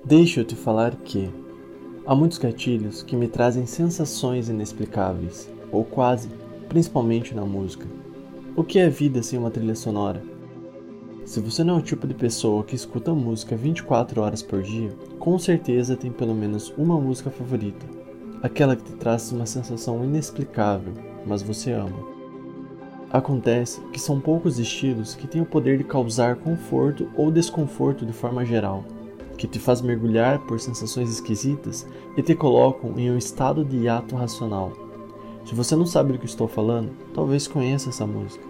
Deixa eu te falar que há muitos gatilhos que me trazem sensações inexplicáveis, ou quase, principalmente na música. O que é vida sem uma trilha sonora? Se você não é o tipo de pessoa que escuta música 24 horas por dia, com certeza tem pelo menos uma música favorita, aquela que te traz uma sensação inexplicável, mas você ama. Acontece que são poucos estilos que têm o poder de causar conforto ou desconforto de forma geral, que te faz mergulhar por sensações esquisitas e te colocam em um estado de hiato racional. Se você não sabe do que estou falando, talvez conheça essa música.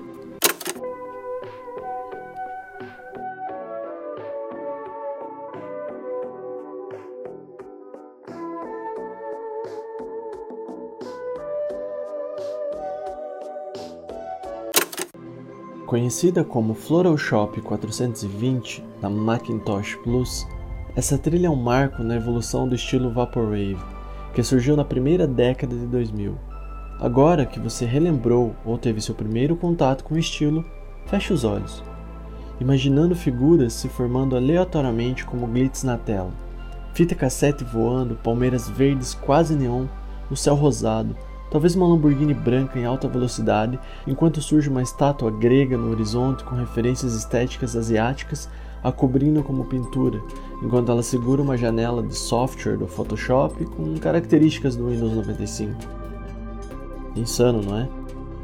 Conhecida como Floral Shop 420 da Macintosh Plus, essa trilha é um marco na evolução do estilo Vaporwave, que surgiu na primeira década de 2000. Agora que você relembrou ou teve seu primeiro contato com o estilo, feche os olhos, imaginando figuras se formando aleatoriamente como glitz na tela, fita cassete voando, palmeiras verdes quase neon, o céu rosado, talvez uma Lamborghini branca em alta velocidade, enquanto surge uma estátua grega no horizonte com referências estéticas asiáticas a cobrindo como pintura, enquanto ela segura uma janela de software do Photoshop com características do Windows 95. Insano, não é?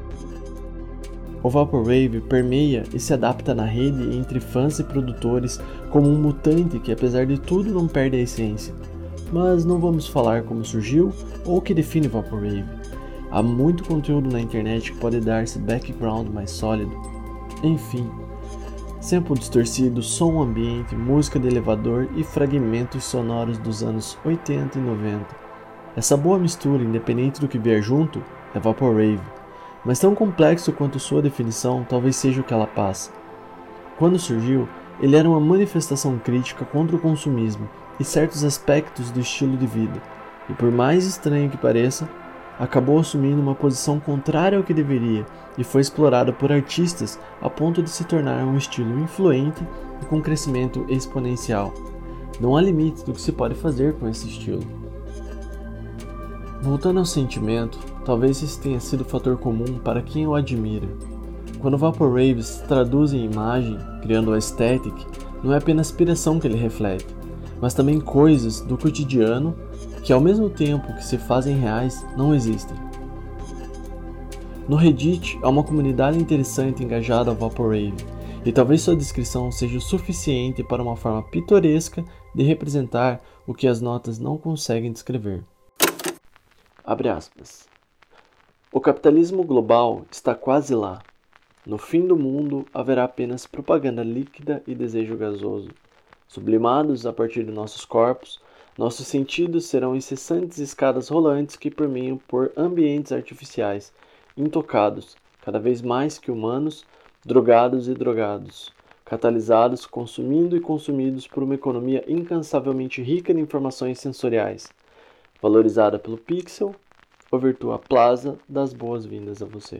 O Vaporwave permeia e se adapta na rede entre fãs e produtores como um mutante que, apesar de tudo, não perde a essência. Mas não vamos falar como surgiu ou o que define Vaporwave. Há muito conteúdo na internet que pode dar esse background mais sólido. Enfim, sample distorcido, som ambiente, música de elevador e fragmentos sonoros dos anos 80 e 90. Essa boa mistura, independente do que vier junto, é Vaporwave. Mas tão complexo quanto sua definição, talvez seja o que ela passa. Quando surgiu, ele era uma manifestação crítica contra o consumismo e certos aspectos do estilo de vida, e por mais estranho que pareça, acabou assumindo uma posição contrária ao que deveria e foi explorado por artistas a ponto de se tornar um estilo influente e com crescimento exponencial. Não há limite do que se pode fazer com esse estilo. Voltando ao sentimento, talvez esse tenha sido o fator comum para quem o admira. Quando o Vaporwave se traduz em imagem, criando o aesthetic, não é apenas a inspiração que ele reflete, mas também coisas do cotidiano que ao mesmo tempo que se fazem reais, não existem. No Reddit há uma comunidade interessante engajada ao Vaporwave, e talvez sua descrição seja o suficiente para uma forma pitoresca de representar o que as notas não conseguem descrever. Abre aspas. O capitalismo global está quase lá. No fim do mundo haverá apenas propaganda líquida e desejo gasoso. Sublimados a partir de nossos corpos, nossos sentidos serão incessantes escadas rolantes que permeiam por ambientes artificiais, intocados, cada vez mais que humanos, drogados e drogados, catalisados, consumindo e consumidos por uma economia incansavelmente rica de informações sensoriais, valorizada pelo pixel, ou Virtua Plaza das boas-vindas a você.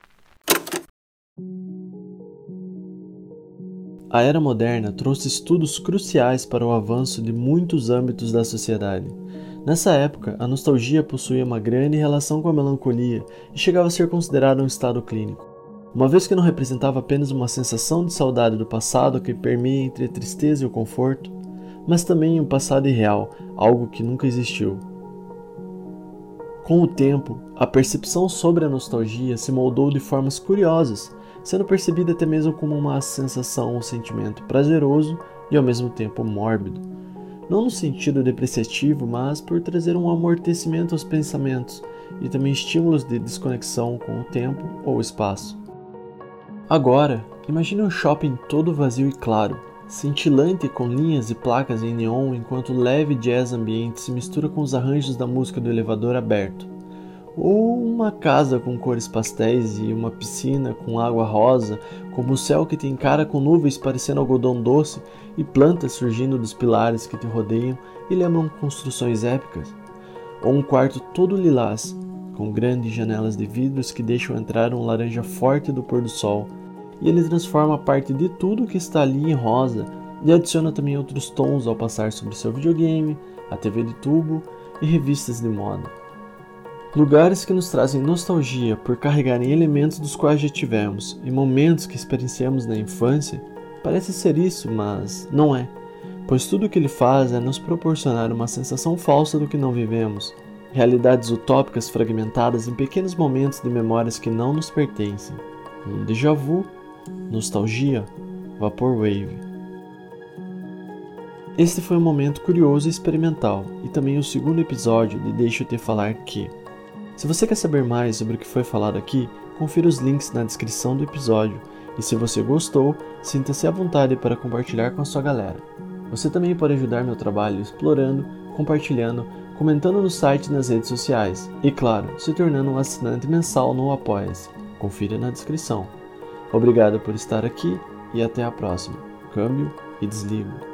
A era moderna trouxe estudos cruciais para o avanço de muitos âmbitos da sociedade. Nessa época, a nostalgia possuía uma grande relação com a melancolia e chegava a ser considerada um estado clínico, uma vez que não representava apenas uma sensação de saudade do passado que permeia entre a tristeza e o conforto, mas também um passado irreal, algo que nunca existiu. Com o tempo, a percepção sobre a nostalgia se moldou de formas curiosas, sendo percebida até mesmo como uma sensação ou sentimento prazeroso e ao mesmo tempo mórbido. Não no sentido depreciativo, mas por trazer um amortecimento aos pensamentos e também estímulos de desconexão com o tempo ou o espaço. Agora, imagine um shopping todo vazio e claro, cintilante com linhas e placas em neon enquanto o leve jazz ambiente se mistura com os arranjos da música do elevador aberto. Ou uma casa com cores pastéis e uma piscina com água rosa, como o céu que te encara com nuvens parecendo algodão doce e plantas surgindo dos pilares que te rodeiam e lembram construções épicas. Ou um quarto todo lilás, com grandes janelas de vidros que deixam entrar um laranja forte do pôr do sol, e ele transforma parte de tudo que está ali em rosa, e adiciona também outros tons ao passar sobre seu videogame, a TV de tubo e revistas de moda. Lugares que nos trazem nostalgia por carregarem elementos dos quais já tivemos e momentos que experienciamos na infância, parece ser isso, mas não é, pois tudo o que ele faz é nos proporcionar uma sensação falsa do que não vivemos, realidades utópicas fragmentadas em pequenos momentos de memórias que não nos pertencem. Um déjà vu, nostalgia, vaporwave. Este foi um momento curioso e experimental, e também o segundo episódio de Deixa Eu Te Falar Que. Se você quer saber mais sobre o que foi falado aqui, confira os links na descrição do episódio, e se você gostou, sinta-se à vontade para compartilhar com a sua galera. Você também pode ajudar meu trabalho explorando, compartilhando, comentando no site e nas redes sociais, e claro, se tornando um assinante mensal no Apoia-se. Confira na descrição. Obrigado por estar aqui e até a próxima. Câmbio e desligo.